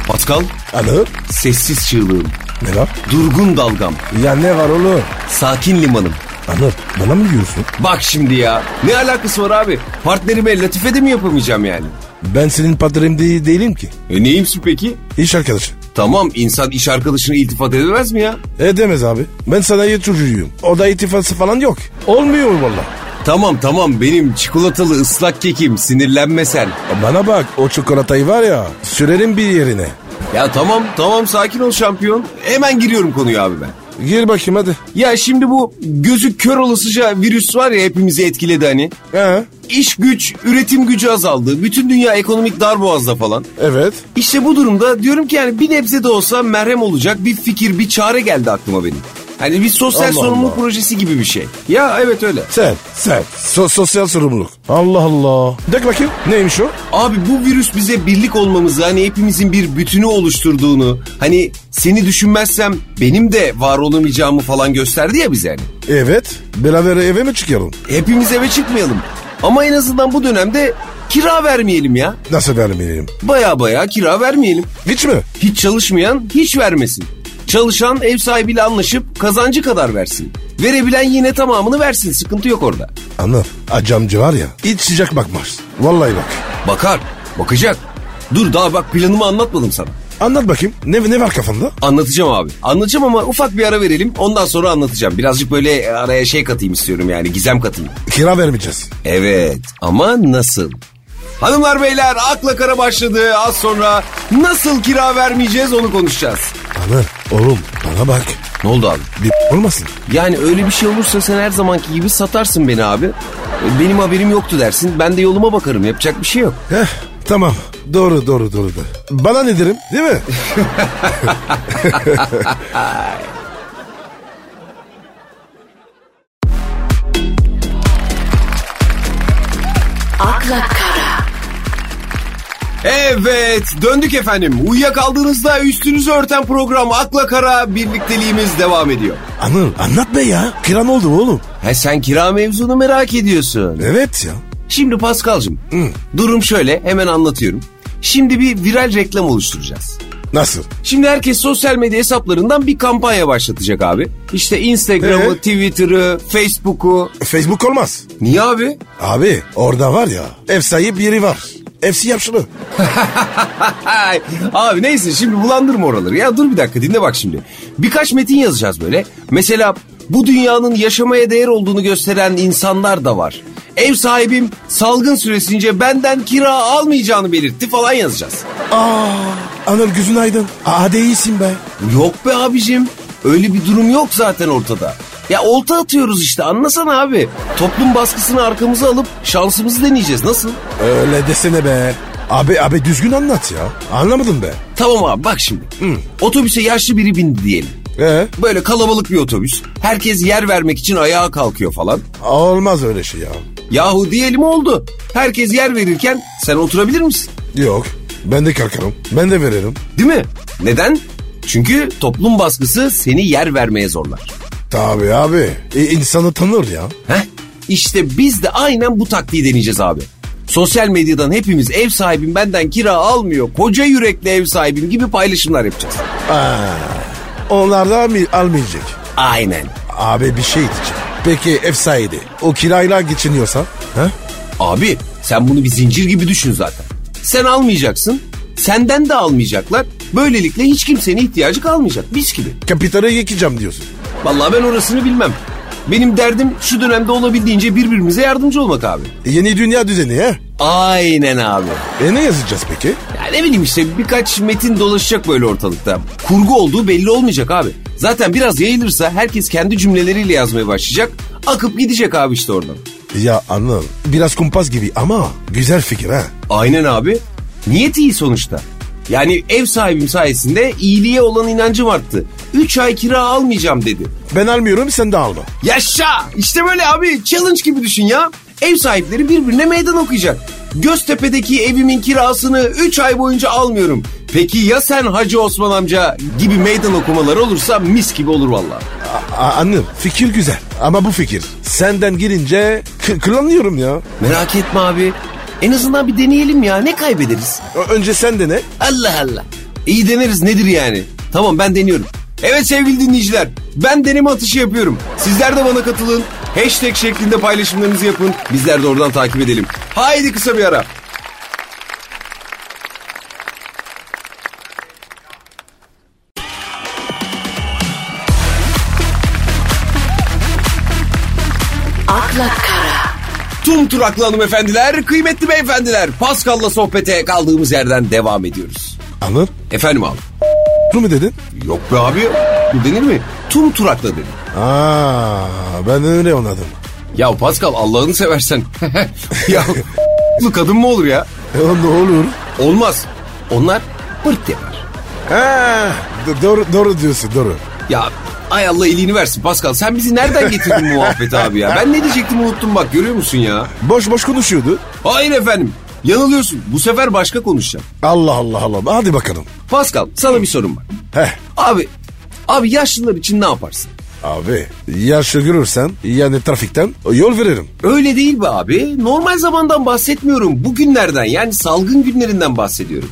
Pascal. Anır. Sessiz çığlığım. Ne var? Durgun dalgam. Ya ne var oğlum? Sakin limanım. Anır, bana mı diyorsun? Bak şimdi ya. Ne alakası var abi? Partnerime latife de mi yapamayacağım yani? Ben senin patronun değilim ki. Neyimsin peki? İş arkadaşı. Tamam, insan iş arkadaşına iltifat edemez mi ya? Edemez abi. Ben sanayi çocuğuyum. O da iltifası falan yok. Olmuyor valla. Tamam, benim çikolatalı ıslak kekim, sinirlenme sen. Bana bak, o çikolatayı var ya, sürerim bir yerine. Ya tamam sakin ol şampiyon. Hemen giriyorum konuya abi ben. Gir bakayım hadi. Ya şimdi bu gözü kör olasıca virüs var ya, hepimizi etkiledi hani. He. İş güç, üretim gücü azaldı. Bütün dünya ekonomik darboğazda falan. Evet. İşte bu durumda diyorum ki yani bir nebze de olsa merhem olacak bir fikir, bir çare geldi aklıma benim. Hani bir sosyal sorumluluk projesi gibi bir şey. Ya evet öyle. Sen. Sosyal sorumluluk. Allah Allah. Dök bakayım. Neymiş o? Abi bu virüs bize birlik olmamızı, hani hepimizin bir bütünü oluşturduğunu, hani seni düşünmezsem benim de var olamayacağımı falan gösterdi ya bize hani. Evet. Beraber eve mi çıkalım? Hepimiz eve çıkmayalım. Ama en azından bu dönemde kira vermeyelim ya. Nasıl vermeyelim? Baya kira vermeyelim. Hiç mi? Hiç çalışmayan hiç vermesin. Çalışan ev sahibiyle anlaşıp kazancı kadar versin. Verebilen yine tamamını versin. Sıkıntı yok orada. Anır. Acamcı var ya, hiç sıcak bakmaz. Vallahi bak. Bakacak. Dur daha bak, planımı anlatmadım sana. Anlat bakayım. Ne var kafanda? Anlatacağım abi. Anlatacağım ama ufak bir ara verelim. Ondan sonra anlatacağım. Birazcık böyle araya şey katayım istiyorum, yani gizem katayım. Kira vermeyeceğiz. Evet ama nasıl? Hanımlar beyler, akla kara başladı. Az sonra nasıl kira vermeyeceğiz onu konuşacağız. Anır oğlum bana bak. Ne oldu abi? Bir olmasın. Yani öyle bir şey olursa sen her zamanki gibi satarsın beni abi. Benim haberim yoktu dersin. Ben de yoluma bakarım. Yapacak bir şey yok. Tamam. Doğru da. Bana ne derim değil mi? Akla Kara. Evet, döndük efendim. Uyuyakaldığınızda üstünüzü örten program Akla Kara, birlikteliğimiz devam ediyor. Anıl anlat be ya. Kira ne oldu oğlum? Sen kira mevzunu merak ediyorsun. Evet ya. Şimdi Paskal'cığım, durum şöyle, hemen anlatıyorum. Şimdi bir viral reklam oluşturacağız. Nasıl? Şimdi herkes sosyal medya hesaplarından bir kampanya başlatacak abi. İşte Instagram'ı, Twitter'ı, Facebook'u. Facebook olmaz. Niye abi? Abi orada var ya, ev sahibi biri var. FC yap şunu. Abi neyse, şimdi bulandırma oraları. Ya dur bir dakika, dinle bak şimdi. Birkaç metin yazacağız böyle. Mesela bu dünyanın yaşamaya değer olduğunu gösteren insanlar da var. Ev sahibim salgın süresince benden kira almayacağını belirtti falan yazacağız. Anıl gözün aydın. Hadi iyisin be. Yok be abicim. Öyle bir durum yok zaten ortada. Ya olta atıyoruz işte, anlasana abi. Toplum baskısını arkamıza alıp şansımızı deneyeceğiz, nasıl? Öyle desene be. Abi düzgün anlat ya. Anlamadım be. Tamam abi bak şimdi. Otobüse yaşlı biri bindi diyelim. Böyle kalabalık bir otobüs. Herkes yer vermek için ayağa kalkıyor falan. Olmaz öyle şey ya. Yahu diyelim oldu. Herkes yer verirken sen oturabilir misin? Yok. Ben de kalkarım. Ben de veririm. Değil mi? Neden? Çünkü toplum baskısı seni yer vermeye zorlar. Tabii abi. İnsanı tanır ya. İşte biz de aynen bu taktiği deneyeceğiz abi. Sosyal medyadan hepimiz ev sahibim benden kira almıyor, koca yürekli ev sahibim gibi paylaşımlar yapacağız. Onlar da almayacak. Aynen. Abi bir şey diyeceğim. Peki ev sahibi o kirayla geçiniyorsa? Abi sen bunu bir zincir gibi düşün zaten. Sen almayacaksın, senden de almayacaklar. Böylelikle hiç kimsenin ihtiyacı kalmayacak. Biz gibi. Kapitali yıkacağım diyorsun. Vallahi ben orasını bilmem. Benim derdim şu dönemde olabildiğince birbirimize yardımcı olmak abi. Yeni dünya düzeni ha? Aynen abi. Ne yazacağız peki? Ya ne bileyim işte, birkaç metin dolaşacak böyle ortalıkta. Kurgu olduğu belli olmayacak abi. Zaten biraz yayılırsa herkes kendi cümleleriyle yazmaya başlayacak. Akıp gidecek abi işte oradan. Ya Anıl, biraz kumpas gibi ama güzel fikir ha. Aynen abi. Niyet iyi sonuçta. Yani ev sahibim sayesinde iyiliğe olan inancım arttı. 3 ay kira almayacağım dedi. Ben almıyorum, sen de alma. Yaşa! İşte böyle abi, challenge gibi düşün ya. Ev sahipleri birbirine meydan okuyacak. Göztepe'deki evimin kirasını 3 ay boyunca almıyorum. Peki ya sen Hacı Osman amca gibi meydan okumalar olursa mis gibi olur vallahi. Anıl, fikir güzel ama bu fikir senden girince kullanıyorum ya. Merak etme abi. En azından bir deneyelim ya, ne kaybederiz? Önce sen dene. Allah Allah. İyi deneriz, nedir yani? Tamam, ben deniyorum. Evet sevgili dinleyiciler, ben deneme atışı yapıyorum. Sizler de bana katılın. Hashtag şeklinde paylaşımlarınızı yapın. Bizler de oradan takip edelim. Haydi kısa bir ara. Akla Kara. Tüm Turaklı hanımefendiler, kıymetli beyefendiler. Pascal'la sohbete kaldığımız yerden devam ediyoruz. Anır? Efendim abi. Tu mu dedin? Yok be abi. Bu denir mi? Tüm Turaklı dedim. Ben öyle anladım. Ya Pascal, Allah'ını seversen. Ya bu kadın mı olur ya? Ne olur? Olmaz. Onlar pırt yapar. Doğru diyorsun, doğru. Ya ay Allah iyiliğini versin Pascal. Sen bizi nereden getirdin bu muhabbeti abi ya? Ben ne diyecektim unuttum bak, görüyor musun ya? Boş konuşuyordu. Hayır efendim. Yanılıyorsun. Bu sefer başka konuşacağım. Allah. Hadi bakalım. Pascal, sana bir sorum var. Abi yaşlılar için ne yaparsın? Abi yaşlı görürsen yani trafikten yol veririm. Öyle değil be abi. Normal zamandan bahsetmiyorum. Bugünlerden, yani salgın günlerinden bahsediyorum.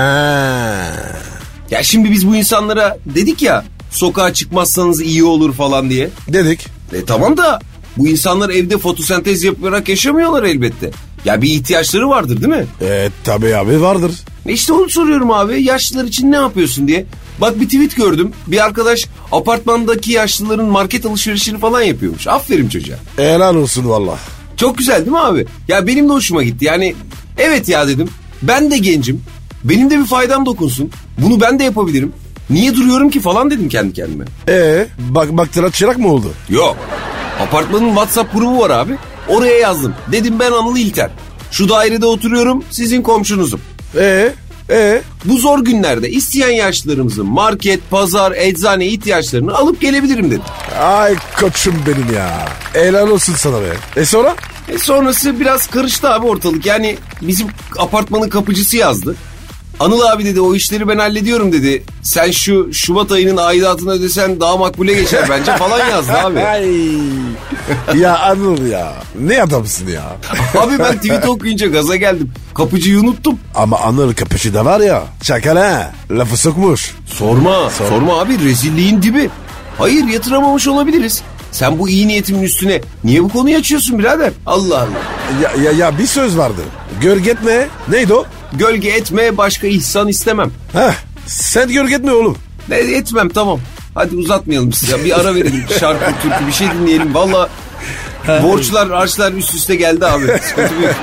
Ya şimdi biz bu insanlara dedik ya, sokağa çıkmazsanız iyi olur falan diye. Dedik. Tamam da bu insanlar evde fotosentez yaparak yaşamıyorlar elbette. Ya bir ihtiyaçları vardır değil mi? Tabii abi vardır. İşte onu soruyorum abi, yaşlılar için ne yapıyorsun diye. Bak bir tweet gördüm. Bir arkadaş apartmandaki yaşlıların market alışverişini falan yapıyormuş. Aferin çocuğa. Helal olsun valla. Çok güzel değil mi abi? Ya benim de hoşuma gitti. Yani evet ya dedim. Ben de gencim. Benim de bir faydam dokunsun. Bunu ben de yapabilirim. Niye duruyorum ki falan dedim kendi kendime. Baktıra çırak mı oldu? Yok. Apartmanın WhatsApp grubu var abi. Oraya yazdım. Dedim ben Anıl İlter. Şu dairede oturuyorum, sizin komşunuzum. Bu zor günlerde isteyen yaşlılarımızın market, pazar, eczane ihtiyaçlarını alıp gelebilirim dedim. Ay koçum benim ya. Helal olsun sana be. Sonra? Sonrası biraz karıştı abi ortalık. Yani bizim apartmanın kapıcısı yazdı. Anıl abi dedi, o işleri ben hallediyorum dedi. Sen şu Şubat ayının aidatını ödesen daha makbule geçer bence falan yazdı abi. Ya Anıl ya. Ne adamsın ya. Abi ben tweet okuyunca gaza geldim. Kapıcıyı unuttum. Ama Anıl kapıcı da var ya. Çakal ha. Lafı sokmuş. Sorma abi, rezilliğin dibi. Hayır, yatıramamış olabiliriz. Sen bu iyi niyetimin üstüne niye bu konuyu açıyorsun birader? Allah Allah. Ya bir söz vardı. Gölge etme. Neydi o? Gölge etme, başka ihsan istemem. Sen gölge etme oğlum. Ne etmem, tamam. Hadi uzatmayalım size. Bir ara verelim. Şarkı, türkü bir şey dinleyelim. Valla borçlar, harçlar üst üste geldi abi. Sıkıntı büyük.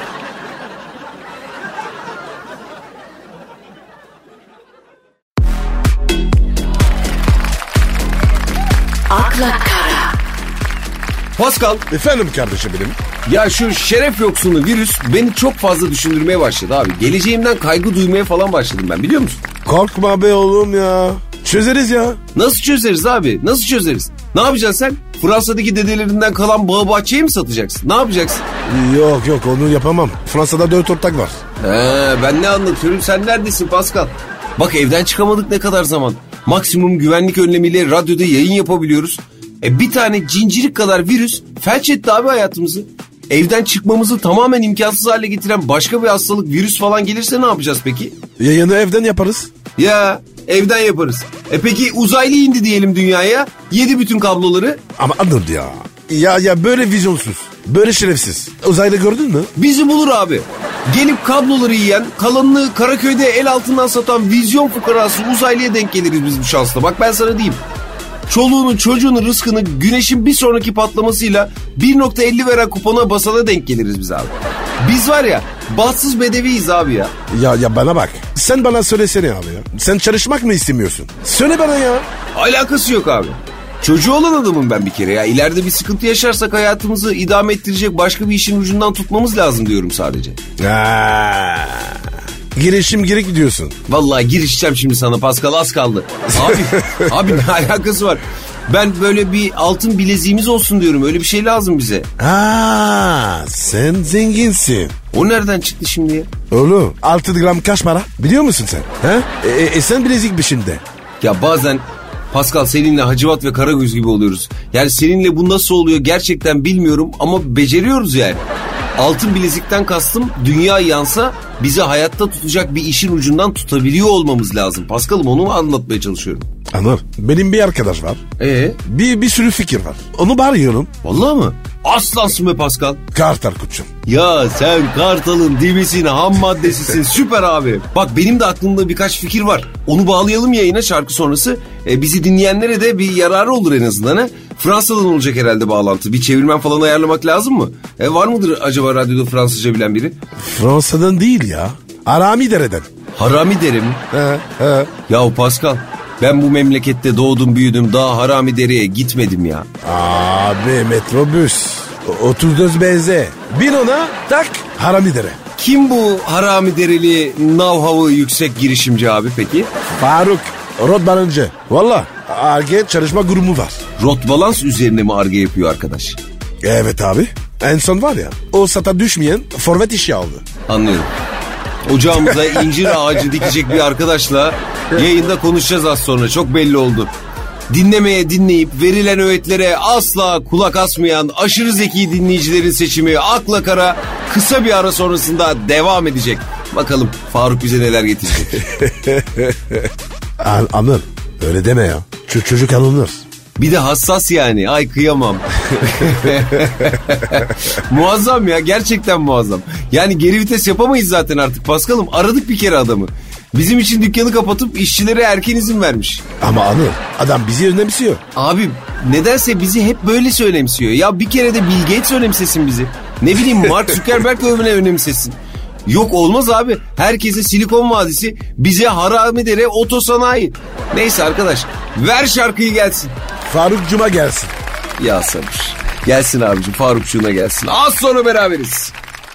Akla Kara. Pascal. Efendim kardeşim benim. Ya şu şeref yoksunu virüs beni çok fazla düşündürmeye başladı abi. Geleceğimden kaygı duymaya falan başladım ben, biliyor musun? Korkma be oğlum ya. Çözeriz ya. Nasıl çözeriz abi? Nasıl çözeriz? Ne yapacaksın sen? Fransa'daki dedelerinden kalan bağ bahçeyi mi satacaksın? Ne yapacaksın? Yok onu yapamam. Fransa'da 4 ortak var. Ben ne anlatıyorum? Sen neredesin Pascal? Bak evden çıkamadık ne kadar zaman. Maksimum güvenlik önlemiyle radyoda yayın yapabiliyoruz. Bir tane cincirik kadar virüs felç etti abi hayatımızı. Evden çıkmamızı tamamen imkansız hale getiren başka bir hastalık, virüs falan gelirse ne yapacağız peki? Yayını evden yaparız. Ya evden yaparız. Peki uzaylı indi diyelim dünyaya. Yedi bütün kabloları. Ama Anıl ya. Ya böyle vizyonsuz. Böyle şerefsiz. Uzaylı gördün mü? Bizi bulur abi. Gelip kabloları yiyen, kalanını Karaköy'de el altından satan vizyon fukarası uzaylıya denk geliriz biz bu şansla. Bak ben sana diyeyim. Çoluğunun çocuğunun rızkını güneşin bir sonraki patlamasıyla 1.50 veren kupona basana denk geliriz biz abi. Biz var ya bahtsız bedeviyiz abi ya. Ya bana bak. Sen bana söylesene abi ya. Sen çalışmak mı istemiyorsun? Söyle bana ya. Alakası yok abi. Çocuğu olan adamım ben bir kere ya. İleride bir sıkıntı yaşarsak hayatımızı idame ettirecek başka bir işin ucundan tutmamız lazım diyorum sadece. Girişim gerek diyorsun. Vallahi girişeceğim şimdi sana Pascal, az kaldı. Abi ne alakası var? Ben böyle bir altın bileziğimiz olsun diyorum. Öyle bir şey lazım bize. Sen zenginsin. O nereden çıktı şimdi ya? Oğlum 6 gram kaç para biliyor musun sen? Sen bilezik bir şimdi. Ya bazen Pascal seninle Hacivat ve Karagöz gibi oluyoruz. Yani seninle bu nasıl oluyor gerçekten bilmiyorum ama beceriyoruz yani. Altın bilezikten kastım dünya yansa bizi hayatta tutacak bir işin ucundan tutabiliyor olmamız lazım. Paskal'ım onu anlatmaya çalışıyorum. Anır, benim bir arkadaş var. Bir sürü fikir var. Onu bağırıyorum. Vallahi mı? Aslansın be Pascal. Kartal Kutçum. Ya sen Kartal'ın dibisin, ham maddesisin, süper abi. Bak benim de aklımda birkaç fikir var. Onu bağlayalım yayına şarkı sonrası. Bizi dinleyenlere de bir yararı olur en azından. Ha? Fransa'dan olacak herhalde bağlantı. Bir çevirmen falan ayarlamak lazım mı? Var mıdır acaba radyoda Fransızca bilen biri? Fransa'dan değil ya. Haramidere'den. Haramidere'm? He. Yahu Pascal, ben bu memlekette doğdum büyüdüm, daha Haramidere'ye gitmedim ya. Abi metrobüs 34 BZ. Bin ona tak Haramidere. Kim bu Haramidereli know-how'ı yüksek girişimci abi peki? Faruk Rotbalancı. Valla Ar-Ge çalışma grubu var. Rotbalans üzerine mi Ar-Ge yapıyor arkadaş? Evet abi. En son var ya o sata düşmeyen forvet işi aldı. Anlıyorum. Ocağımıza incir ağacı dikecek bir arkadaşla yayında konuşacağız az sonra, çok belli oldu. Dinlemeye dinleyip verilen öğütlere asla kulak asmayan aşırı zeki dinleyicilerin seçimi Akla Kara kısa bir ara sonrasında devam edecek. Bakalım Faruk bize neler getirecek. Anır öyle deme ya. Çocuk alınır. Bir de hassas yani, ay kıyamam. Muazzam ya, gerçekten muazzam. Yani geri vites yapamayız zaten artık Paskal'ım, aradık bir kere adamı. Bizim için dükkanı kapatıp işçilere erken izin vermiş. Ama Anır adam bizi önemsiyor. Abi nedense bizi hep böyle önemsiyor. Ya bir kere de Bill Gates önemsesin bizi. Ne bileyim Mark Zuckerberg önemsesin. Yok olmaz abi. Herkese Silikon Vadisi, bize Haramidere otosanayi. Neyse arkadaş, ver şarkıyı gelsin. Faruk Cuma gelsin. Ya sabır. Gelsin abicim, Farukçuğuna gelsin. Az sonra beraberiz.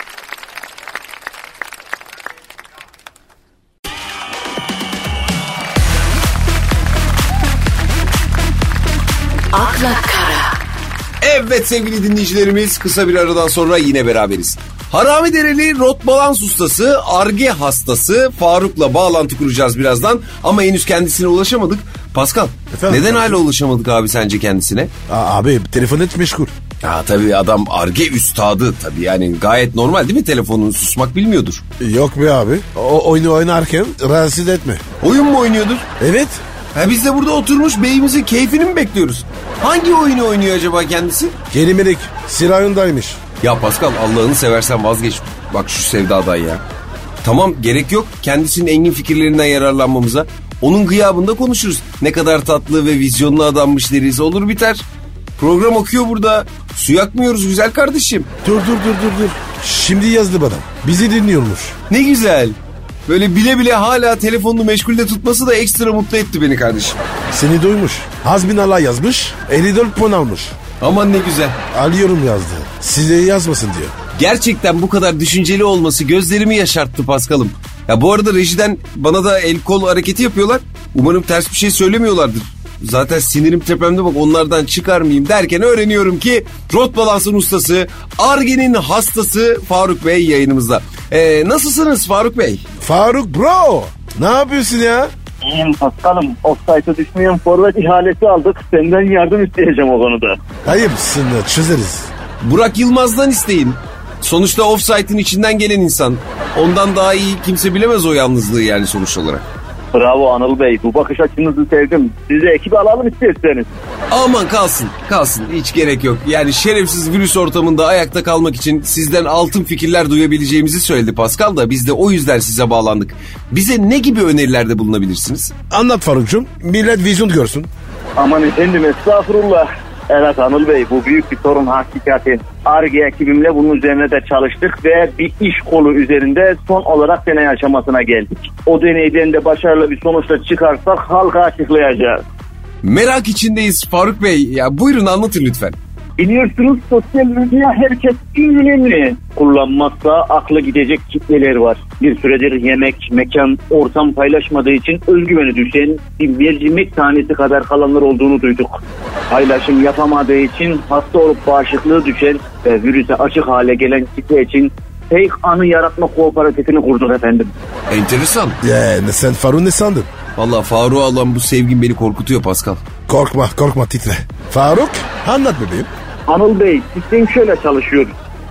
Akla Kara. Evet sevgili dinleyicilerimiz, kısa bir aradan sonra yine beraberiz. Haramidereli Rotbalans ustası, Ar-Ge hastası Faruk'la bağlantı kuracağız birazdan. Ama henüz kendisine ulaşamadık. Pascal, efendim, neden hala ulaşamadık abi sence kendisine? Abi telefon et meşgul. Ya tabii adam Ar-Ge üstadı tabii, yani gayet normal değil mi, telefonun susmak bilmiyordur. Yok be abi, o oyunu oynarken rahatsız etme. Oyun mu oynuyordur? Evet. Biz de burada oturmuş beyimizin keyfini mi bekliyoruz? Hangi oyunu oynuyor acaba kendisi? Kelimelik silahındaymış. Ya Pascal, Allah'ını seversen vazgeç bak şu sevdadan ya. Tamam, gerek yok kendisinin engin fikirlerinden yararlanmamıza. Onun gıyabında konuşuruz. Ne kadar tatlı ve vizyonlu adammış deriz, olur biter. Program okuyor burada. Su yakmıyoruz güzel kardeşim. Dur. Şimdi yazdı bana. Bizi dinliyormuş. Ne güzel. Böyle bile bile hala telefonunu meşgulde tutması da ekstra mutlu etti beni kardeşim. Seni duymuş. Hasbinallah yazmış. 54 puan almış. Aman ne güzel. Alıyorum yazdı. Size yazmasın diyor. Gerçekten bu kadar düşünceli olması gözlerimi yaşarttı Paskal'ım. Ya bu arada rejiden bana da el kol hareketi yapıyorlar. Umarım ters bir şey söylemiyorlardır. Zaten sinirim tepemde, bak onlardan çıkarmayayım derken öğreniyorum ki Rotbalans'ın ustası, Ar-Ge'nin hastası Faruk Bey yayınımızda. Nasılsınız Faruk Bey? Faruk bro, ne yapıyorsun ya? İyiyim Paskal'ım. Offside'a düşmeyen forvet ihalesi aldık. Senden yardım isteyeceğim o konuda. Ayıpsın, çözeriz. Burak Yılmaz'dan isteyin. Sonuçta offside'in içinden gelen insan. Ondan daha iyi kimse bilemez o yalnızlığı yani sonuç olarak. Bravo Anıl Bey. Bu bakış açınızı sevdim. Sizi ekibe alalım isterseniz. Aman kalsın. Hiç gerek yok. Yani şerefsiz virüs ortamında ayakta kalmak için sizden altın fikirler duyabileceğimizi söyledi Pascal da biz de o yüzden size bağlandık. Bize ne gibi önerilerde bulunabilirsiniz? Anlat Faruk'cum. Millet vizyon görsün. Aman efendim estağfurullah. Evet Anıl Bey, bu büyük bir sorun hakikati. Ar-Ge ekibimle bunun üzerine de çalıştık ve bir iş kolu üzerinde son olarak deney aşamasına geldik. O deneyden de başarılı bir sonuçla çıkarsak halka açıklayacağız. Merak içindeyiz Faruk Bey. Ya buyurun anlatın lütfen. Biliyorsunuz sosyal medya herkes için önemli. Kullanmazsa akla gidecek kitleler var. Bir süredir yemek, mekan, ortam paylaşmadığı için özgüveni düşen bir mercimek tanesi kadar kalanlar olduğunu duyduk. Paylaşım yapamadığı için hasta olup bağışıklığı düşen ve virüse açık hale gelen kitle için fake anı yaratma kooperatifini kurduk efendim. Enteresan. Sen Faruk ne sandın? Vallahi Faruk'a alan bu sevgin beni korkutuyor Pascal. Korkma titre. Faruk anlat bebeğim. Anıl Bey, sistem şöyle çalışıyor.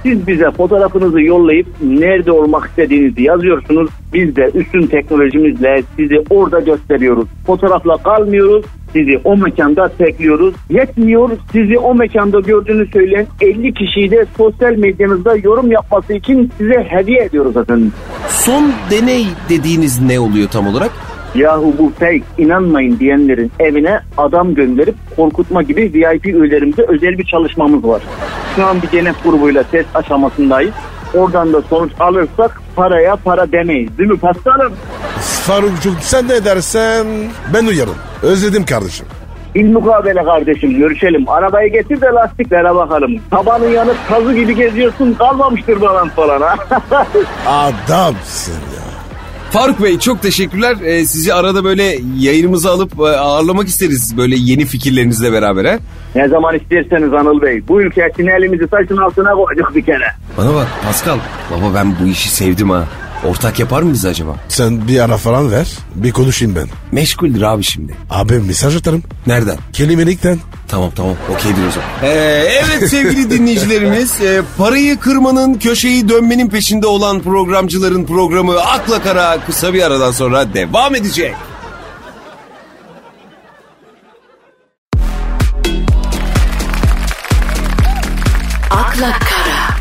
Siz bize fotoğrafınızı yollayıp nerede olmak istediğinizi yazıyorsunuz. Biz de üstün teknolojimizle sizi orada gösteriyoruz. Fotoğrafla kalmıyoruz. Sizi o mekanda tekliyoruz. Yetmiyor, sizi o mekanda gördüğünü söyleyen 50 kişiyi de sosyal medyanızda yorum yapması için size hediye ediyoruz efendim. Son deney dediğiniz ne oluyor tam olarak? Yahu bu fake, inanmayın diyenlerin evine adam gönderip korkutma gibi VIP üyelerimize özel bir çalışmamız var. Şu an bir deney grubuyla test aşamasındayız. Oradan da sonuç alırsak paraya para demeyiz, değil mi Paskal'ım? Faruk'cum sen ne dersen ben uyarım. Özledim kardeşim. İlmukabele kardeşim, görüşelim. Arabayı getir de lastiklere bakalım. Tabanın yanıp kazı gibi geziyorsun, kalmamıştır balans falan ha. Adamsın ya. Faruk Bey çok teşekkürler. Sizi arada böyle yayınımıza alıp ağırlamak isteriz böyle yeni fikirlerinizle beraber. He? Ne zaman isterseniz Anıl Bey. Bu ülke için elimizi taşın altına koyduk bir kere. Bana bak Pascal, baba ben bu işi sevdim ha. Ortak yapar mıyız acaba? Sen bir ara falan ver, bir konuşayım ben. Meşguldür abi şimdi. Abi mesaj atarım. Nereden? Kelimelikten. Tamam okeydir o zaman. Evet sevgili dinleyicilerimiz, parayı kırmanın, köşeyi dönmenin peşinde olan programcıların programı Akla Kara kısa bir aradan sonra devam edecek. Akla Kara.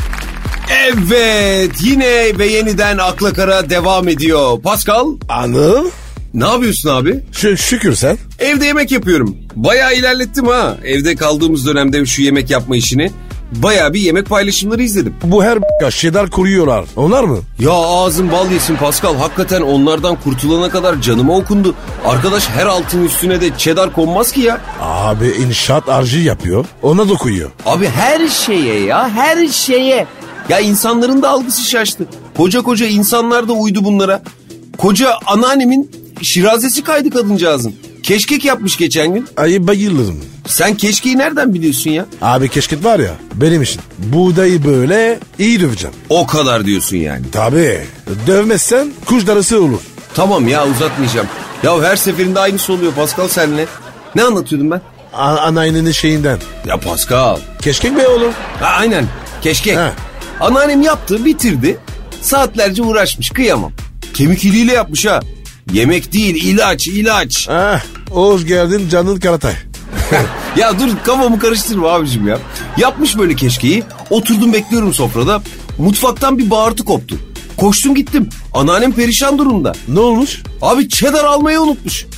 Evet yine ve yeniden Akla Kara devam ediyor. Pascal. Anıl. Ne yapıyorsun abi? Şükür sen. Evde yemek yapıyorum. Bayağı ilerlettim ha. Evde kaldığımız dönemde şu yemek yapma işini. Bayağı bir yemek paylaşımları izledim. Bu her şeyler kuruyorlar. Onlar mı? Ya ağzın bal yesin Pascal. Hakikaten onlardan kurtulana kadar canıma okundu. Arkadaş her altın üstüne de cheddar konmaz ki ya. Abi inşaat harcı yapıyor. Ona da koyuyor. Abi her şeye ya, her şeye. Ya insanların da algısı şaştı. Koca insanlar da uydu bunlara. Koca anneannemin şirazesi kaydı kadıncağızın. Keşkek yapmış geçen gün. Ay bayılırım. Sen keşkeği nereden biliyorsun ya? Abi keşkek var ya benim için. Buğdayı böyle iyi döveceğim. O kadar diyorsun yani. Tabii. Dövmezsen kuş darısı olur. Tamam ya uzatmayacağım. Ya her seferinde aynısı oluyor Pascal seninle. Ne anlatıyordum ben? Anneannenin şeyinden. Ya Pascal. Keşkek mi oğlum? Ha, aynen keşkek. Ha. Anneannem yaptı bitirdi. Saatlerce uğraşmış kıyamam. Kemik iliğiyle yapmış ha. Yemek değil ilaç. Ah, hoş geldin canın Karatay. Ya dur kafamı karıştırma abicim ya. Yapmış böyle keşkeği. Oturdum bekliyorum sofrada. Mutfaktan bir bağırtı koptu. Koştum gittim. Anneannem perişan durumda. Ne olmuş? Abi cheddar almayı unutmuş.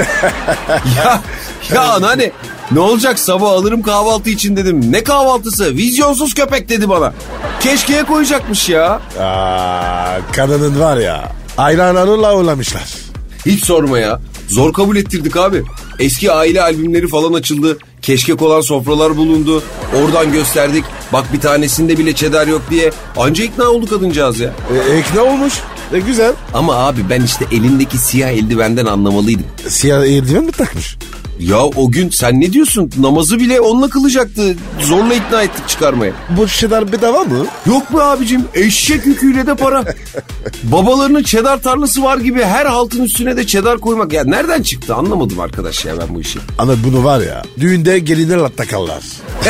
ya anneanne ne olacak sabah alırım kahvaltı için dedim. Ne kahvaltısı? Vizyonsuz köpek dedi bana. Keşkeğe koyacakmış ya. Kadının var ya ayranlarla olamışlar. Hiç sorma ya. Zor kabul ettirdik abi. Eski aile albümleri falan açıldı. Keşkek olan sofralar bulundu. Oradan gösterdik. Bak bir tanesinde bile cheddar yok diye. Anca ikna oldu kadıncağız ya. İkna olmuş. Güzel. Ama abi ben işte elindeki siyah eldivenden anlamalıydım. Siyah eldiven mi takmış? Ya o gün sen ne diyorsun? Namazı bile onunla kılacaktı. Zorla ikna ettik çıkarmaya. Bu cheddar bedava mı? Yok be abicim. Eşek yüküyle de para. Babalarının cheddar tarlası var gibi her haltın üstüne de cheddar koymak. Ya nereden çıktı anlamadım arkadaş ya ben bu işi. Ama bunu var ya düğünde gelinler takarlar.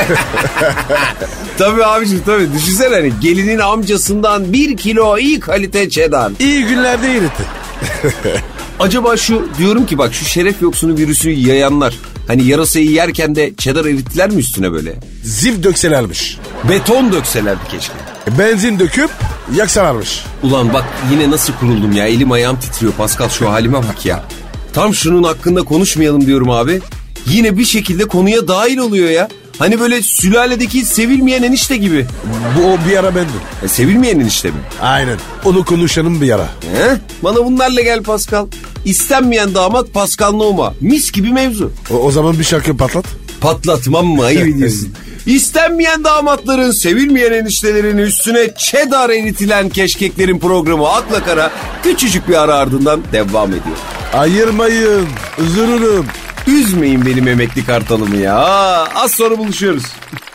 Tabii abicim tabii. Düşünsene hani gelinin amcasından 1 kilo iyi kalite cheddar. İyi günlerde yeritti. Acaba şu diyorum ki bak şu şeref yoksunu virüsü yayanlar hani yarasayı yerken de cheddar erittiler mi üstüne böyle? Zift dökselermiş. Beton dökselerdi keşke. Benzin döküp yaksalarmış. Ulan bak yine nasıl kuruldum ya elim ayağım titriyor Pascal şu halime bak ya. Tam şunun hakkında konuşmayalım diyorum abi. Yine bir şekilde konuya dahil oluyor ya. Hani böyle sülaledeki sevilmeyen enişte gibi. Bu o bir ara bendim. Sevilmeyen enişte mi? Aynen. Onu konuşalım bir ara. Bana bunlarla gel Pascal. İstenmeyen damat Pascal Nouma. Mis gibi mevzu. O zaman bir şarkı patlat. Patlatmam mı? Ayıp ediyorsun. İstenmeyen damatların, sevilmeyen eniştelerin üstüne cheddar eritilen keşkeklerin programı Akla Kara küçücük bir ara ardından devam ediyor. Ayırmayın. Üzülürüm. Üzmeyin benim emekli kartalımı ya. Az sonra buluşuyoruz.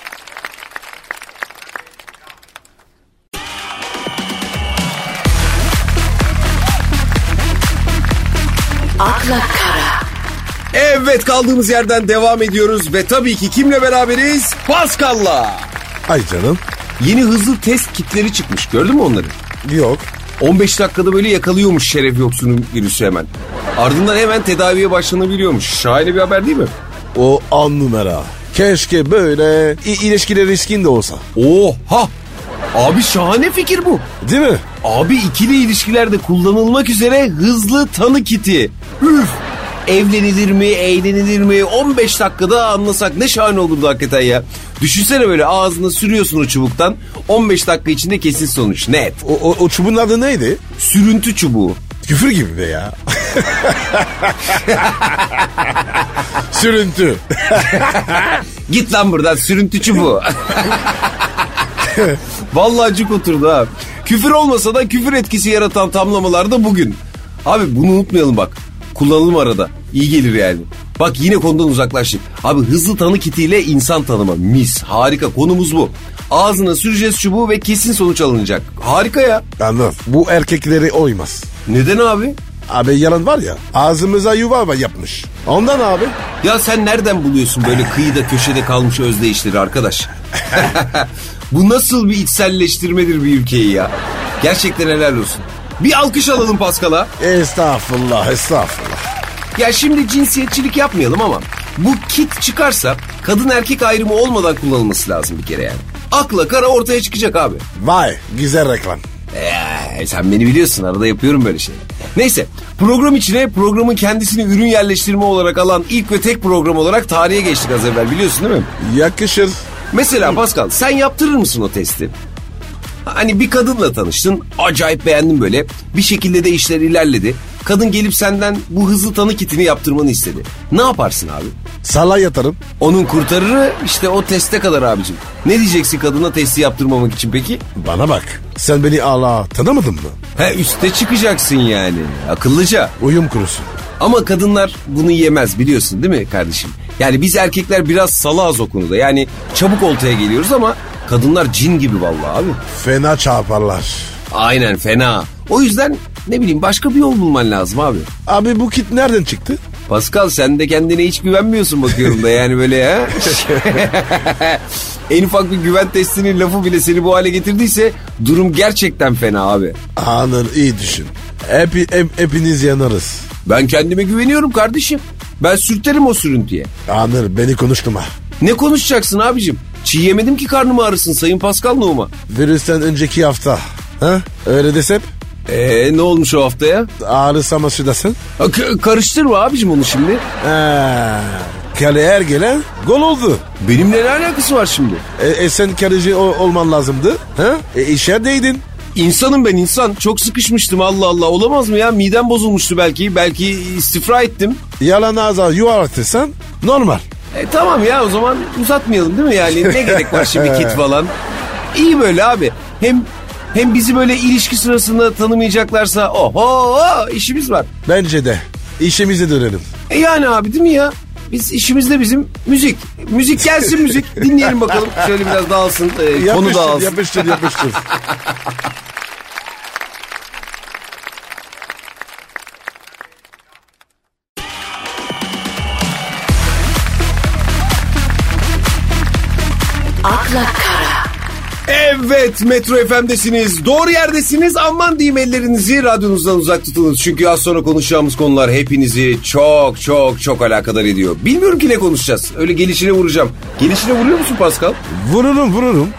Akla Kara. Evet kaldığımız yerden devam ediyoruz ve tabii ki kimle beraberiz? Pascal'la. Ay canım. Yeni hızlı test kitleri çıkmış. Gördün mü onları? Yok. 15 dakikada böyle yakalıyormuş şeref yoksunu virüsü hemen. Ardından hemen tedaviye başlanabiliyormuş. Şahane bir haber değil mi? O 10 numara. Keşke böyle ilişkiler riskin de olsa. Oha! Abi şahane fikir bu. Değil mi? Abi ikili ilişkilerde kullanılmak üzere hızlı tanı kiti. Üf! Evlenilir mi, eğlenilir mi? 15 dakikada anlasak ne şahane olurdu hakikaten ya. Düşünsene böyle ağzına sürüyorsun o çubuktan. 15 dakika içinde kesin sonuç. Net. O çubuğun adı neydi? Sürüntü çubuğu. Küfür gibi be ya. Sürüntü. Git lan buradan sürüntü çubuğu. Vallahi cuk oturdu ha. Küfür olmasa da küfür etkisi yaratan tamlamalar da bugün. Abi bunu unutmayalım bak. Kullanalım arada. İyi gelir yani. Bak yine konudan uzaklaştık. Abi hızlı tanı kitiyle insan tanıma. Mis. Harika. Konumuz bu. Ağzına süreceğiz çubuğu ve kesin sonuç alınacak. Harika ya. Anladım. Bu erkekleri oymaz. Neden abi? Abi yalan var ya, ağzımıza yuva yapmış. Ondan abi. Ya sen nereden buluyorsun böyle kıyıda köşede kalmış özdeyişleri arkadaş? Bu nasıl bir içselleştirmedir bir ülkeyi ya? Gerçekten helal olsun. Bir alkış alalım Paskal'a. Estağfurullah, estağfurullah. Ya şimdi cinsiyetçilik yapmayalım ama bu kit çıkarsa kadın erkek ayrımı olmadan kullanılması lazım bir kere yani. Akla kara ortaya çıkacak abi. Vay, güzel reklam. Sen beni biliyorsun, arada yapıyorum böyle şeyler. Neyse, program içine programın kendisini ürün yerleştirme olarak alan ilk ve tek program olarak tarihe geçtik az evvel, biliyorsun değil mi? Yakışır. Mesela Pascal, sen yaptırır mısın o testi? Hani bir kadınla tanıştın, acayip beğendin böyle. Bir şekilde de işler ilerledi. Kadın gelip senden bu hızlı tanı kitini yaptırmanı istedi. Ne yaparsın abi? Sala yatarım. Onun kurtarırı işte o teste kadar abicim. Ne diyeceksin kadına testi yaptırmamak için peki? Bana bak. Sen beni tanımadın mı? Üste çıkacaksın yani. Akıllıca. Uyum kurusun. Ama kadınlar bunu yemez, biliyorsun değil mi kardeşim? Yani biz erkekler biraz salağız o konuda. Yani çabuk oltaya geliyoruz ama kadınlar cin gibi vallahi abi. Fena çarparlar. Aynen, fena. O yüzden ne bileyim başka bir yol bulman lazım abi. Abi bu kit nereden çıktı? Pascal, sen de kendine hiç güvenmiyorsun bakıyorum da yani böyle ya. En ufak bir güven testinin lafı bile seni bu hale getirdiyse durum gerçekten fena abi. Anır, iyi düşün. Hepiniz yanarız. Ben kendime güveniyorum kardeşim. Ben sürterim o sürüntüye. Anır, beni konuşturma. Ne konuşacaksın abicim? Çiğ yemedim ki karnımı ağrısın Sayın Pascal Numa. Virüsten önceki hafta. Ha? Öyle desem? Ne olmuş o haftaya? Ağrısama sürdasın. Karıştırma abicim onu şimdi. Kale her gelen gol oldu. Benimle ne alakası var şimdi? Sen kaleci olman lazımdı. Ha? İçerideydin. İnsanım ben, insan. Çok sıkışmıştım, Allah Allah. Olamaz mı ya? Midem bozulmuştu belki. Belki istifra ettim. Yalan ağza yuvarlatırsan normal. Tamam ya, o zaman uzatmayalım değil mi yani? Ne gerek var şimdi kit falan? İyi böyle abi. Hem bizi böyle ilişki sırasında tanımayacaklarsa işimiz var. Bence de. İşimize dönelim. Yani abi, değil mi ya? Biz işimizde bizim müzik. Müzik gelsin, müzik. Dinleyelim bakalım. Şöyle biraz dağılsın. Konu dağılsın. Yapıştır. Akla Kara. Evet, Metro FM'desiniz. Doğru yerdesiniz. Aman diyeyim, ellerinizi radyonuzdan uzak tutunuz. Çünkü az sonra konuşacağımız konular hepinizi çok çok çok alakadar ediyor. Bilmiyorum ki ne konuşacağız. Öyle gelişine vuracağım. Gelişine vuruyor musun Pascal? Vururum.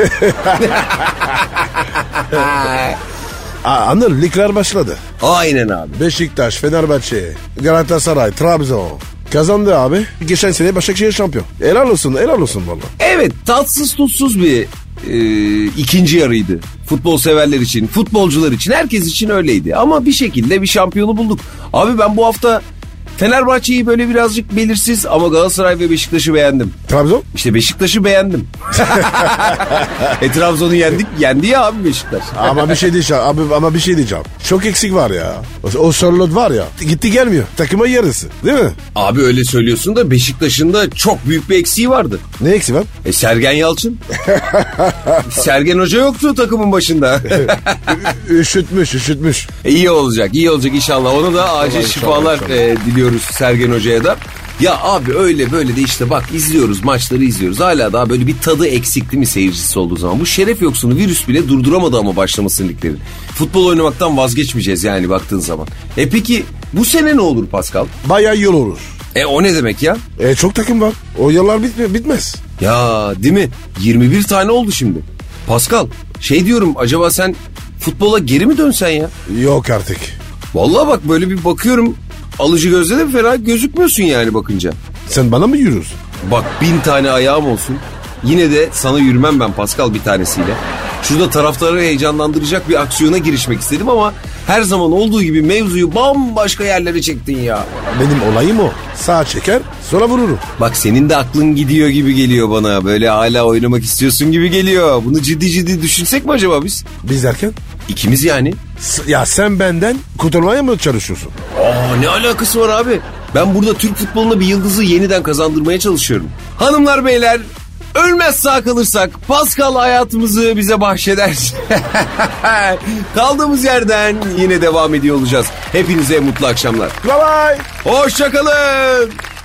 Anıl, ligler başladı. Aynen abi. Beşiktaş, Fenerbahçe, Galatasaray, Trabzon kazandı abi. Geçen sene Başakşehir şampiyon. Helal olsun valla. Evet, tatsız tutsuz bir ikinci yarıydı. Futbol severler için, futbolcular için, herkes için öyleydi. Ama bir şekilde bir şampiyonu bulduk. Abi ben bu hafta Fenerbahçe'yi böyle birazcık belirsiz ama Galatasaray ve Beşiktaş'ı beğendim. Trabzon? İşte Beşiktaş'ı beğendim. Trabzon'u yendi ya abi Beşiktaş. Ama bir şey diyeceğim. Çok eksik var ya. O Charlotte var ya. Gitti gelmiyor. Takıma yarısı. Değil mi? Abi öyle söylüyorsun da Beşiktaş'ın da çok büyük bir eksiği vardı. Ne eksiği var? Sergen Yalçın. Sergen Hoca yoktu takımın başında. Üşütmüş. İyi olacak inşallah. Ona da acil şifalar diliyoruz Sergen Hoca'ya da. Ya abi öyle böyle de işte bak izliyoruz, maçları izliyoruz. Hala daha böyle bir tadı eksik değil mi seyircisi olduğu zaman? Bu şeref yoksunu virüs bile durduramadı ama başlamasını liglerin. Futbol oynamaktan vazgeçmeyeceğiz yani baktığın zaman. Peki bu sene ne olur Pascal? Bayağı yol olur. O ne demek ya? Çok takım var. O yıllar bitmez. Ya değil mi? 21 tane oldu şimdi. Pascal şey diyorum, acaba sen futbola geri mi dönsen ya? Yok artık. Vallahi bak böyle bir bakıyorum, alıcı gözle de fena gözükmüyorsun yani bakınca. Sen bana mı yürüyorsun? Bak 1000 tane ayağım olsun, yine de sana yürümem ben Pascal bir tanesiyle. Şurada taraftarı heyecanlandıracak bir aksiyona girişmek istedim ama her zaman olduğu gibi mevzuyu bambaşka yerlere çektin ya. Benim olayım o. Sağa çeker sonra vururum. Bak senin de aklın gidiyor gibi geliyor bana. Böyle hala oynamak istiyorsun gibi geliyor. Bunu ciddi ciddi düşünsek mi acaba biz? Biz derken? İkimiz yani. Ya sen benden kurtarmaya mı çalışıyorsun? Ne alakası var abi? Ben burada Türk futboluna bir yıldızı yeniden kazandırmaya çalışıyorum. Hanımlar beyler, ölmez sağ kalırsak Pascal hayatımızı bize bahşederse kaldığımız yerden yine devam ediyor olacağız. Hepinize mutlu akşamlar. Bye bye. Hoşça kalın.